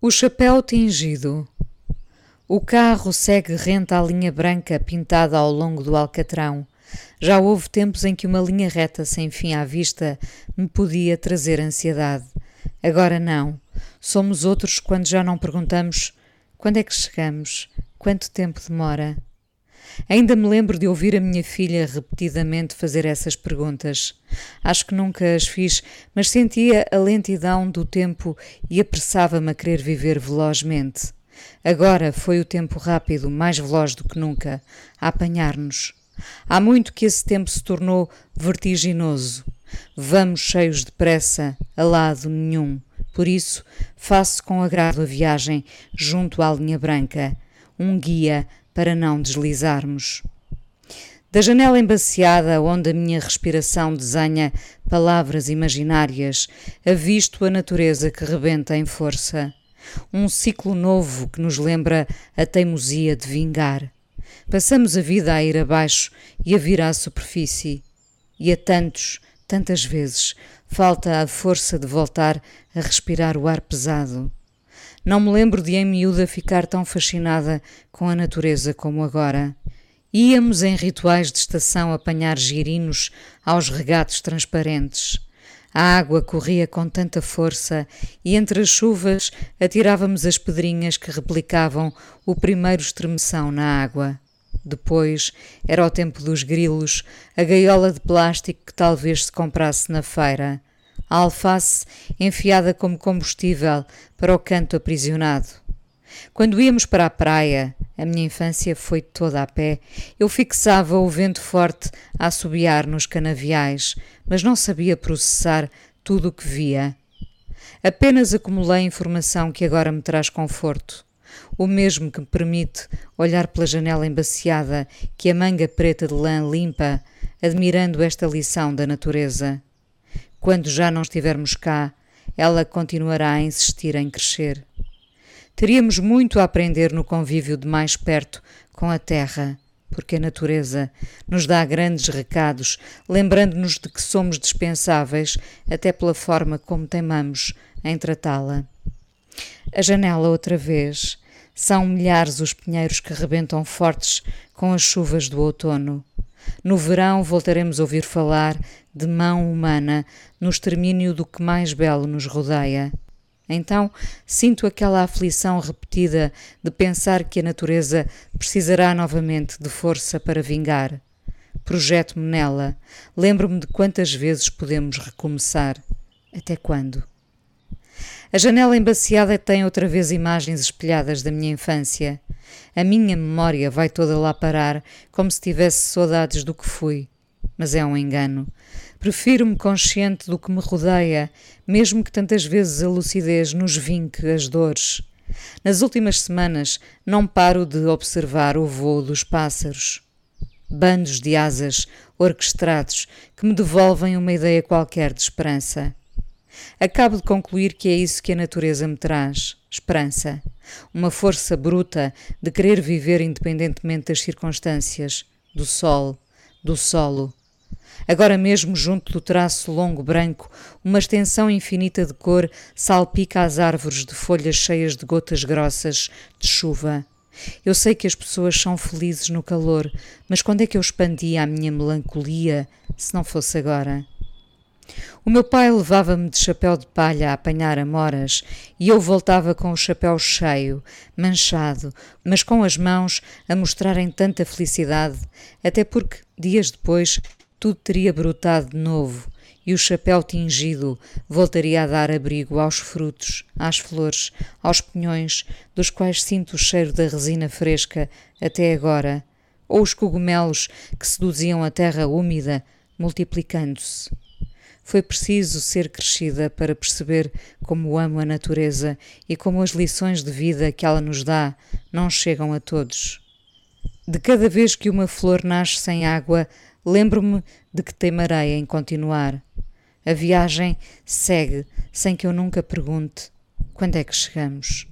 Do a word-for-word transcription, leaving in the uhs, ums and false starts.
O chapéu tingido. O carro segue rente à linha branca pintada ao longo do alcatrão. Já houve tempos em que uma linha reta sem fim à vista me podia trazer ansiedade. Agora não. Somos outros quando já não perguntamos quando é que chegamos, quanto tempo demora. Ainda me lembro de ouvir a minha filha repetidamente fazer essas perguntas. Acho que nunca as fiz, mas sentia a lentidão do tempo e apressava-me a querer viver velozmente. Agora foi o tempo rápido, mais veloz do que nunca, a apanhar-nos. Há muito que esse tempo se tornou vertiginoso. Vamos cheios de pressa, a lado nenhum. Por isso, faço com agrado a viagem junto à linha branca, um guia para não deslizarmos. Da janela embaciada, onde a minha respiração desenha palavras imaginárias, avisto a natureza que rebenta em força. Um ciclo novo que nos lembra a teimosia de vingar. Passamos a vida a ir abaixo e a vir à superfície. E a tantos, tantas vezes, falta a força de voltar a respirar o ar pesado. Não me lembro de em miúda ficar tão fascinada com a natureza como agora. Íamos em rituais de estação apanhar girinos aos regatos transparentes. A água corria com tanta força e entre as chuvas atirávamos as pedrinhas que replicavam o primeiro estremeção na água. Depois era o tempo dos grilos, a gaiola de plástico que talvez se comprasse na feira. A alface enfiada como combustível para o canto aprisionado. Quando íamos para a praia, a minha infância foi toda a pé, eu fixava o vento forte a assobiar nos canaviais, mas não sabia processar tudo o que via. Apenas acumulei informação que agora me traz conforto. O mesmo que me permite olhar pela janela embaciada que a manga preta de lã limpa, admirando esta lição da natureza. Quando já não estivermos cá, ela continuará a insistir em crescer. Teríamos muito a aprender no convívio de mais perto com a terra, porque a natureza nos dá grandes recados, lembrando-nos de que somos dispensáveis até pela forma como teimamos em tratá-la. A janela outra vez. São milhares os pinheiros que rebentam fortes com as chuvas do outono. No verão voltaremos a ouvir falar de mão humana no extermínio do que mais belo nos rodeia. Então sinto aquela aflição repetida de pensar que a natureza precisará novamente de força para vingar. Projeto-me nela, lembro-me de quantas vezes podemos recomeçar. Até quando? A janela embaciada tem outra vez imagens espelhadas da minha infância. A minha memória vai toda lá parar, como se tivesse saudades do que fui. Mas é um engano. Prefiro-me consciente do que me rodeia, mesmo que tantas vezes a lucidez nos vinque as dores. Nas últimas semanas não paro de observar o voo dos pássaros. Bandos de asas orquestrados que me devolvem uma ideia qualquer de esperança. Acabo de concluir que é isso que a natureza me traz, esperança. Uma força bruta de querer viver independentemente das circunstâncias, do sol, do solo. Agora mesmo, junto do traço longo branco, uma extensão infinita de cor salpica as árvores de folhas cheias de gotas grossas de chuva. Eu sei que as pessoas são felizes no calor, mas quando é que eu expandia a minha melancolia, se não fosse agora? O meu pai levava-me de chapéu de palha a apanhar amoras e eu voltava com o chapéu cheio, manchado, mas com as mãos a mostrarem tanta felicidade, até porque, dias depois, tudo teria brotado de novo e o chapéu tingido voltaria a dar abrigo aos frutos, às flores, aos pinhões, dos quais sinto o cheiro da resina fresca até agora, ou os cogumelos que seduziam a terra úmida, multiplicando-se. Foi preciso ser crescida para perceber como amo a natureza e como as lições de vida que ela nos dá não chegam a todos. De cada vez que uma flor nasce sem água, lembro-me de que teimarei em continuar. A viagem segue sem que eu nunca pergunte quando é que chegamos.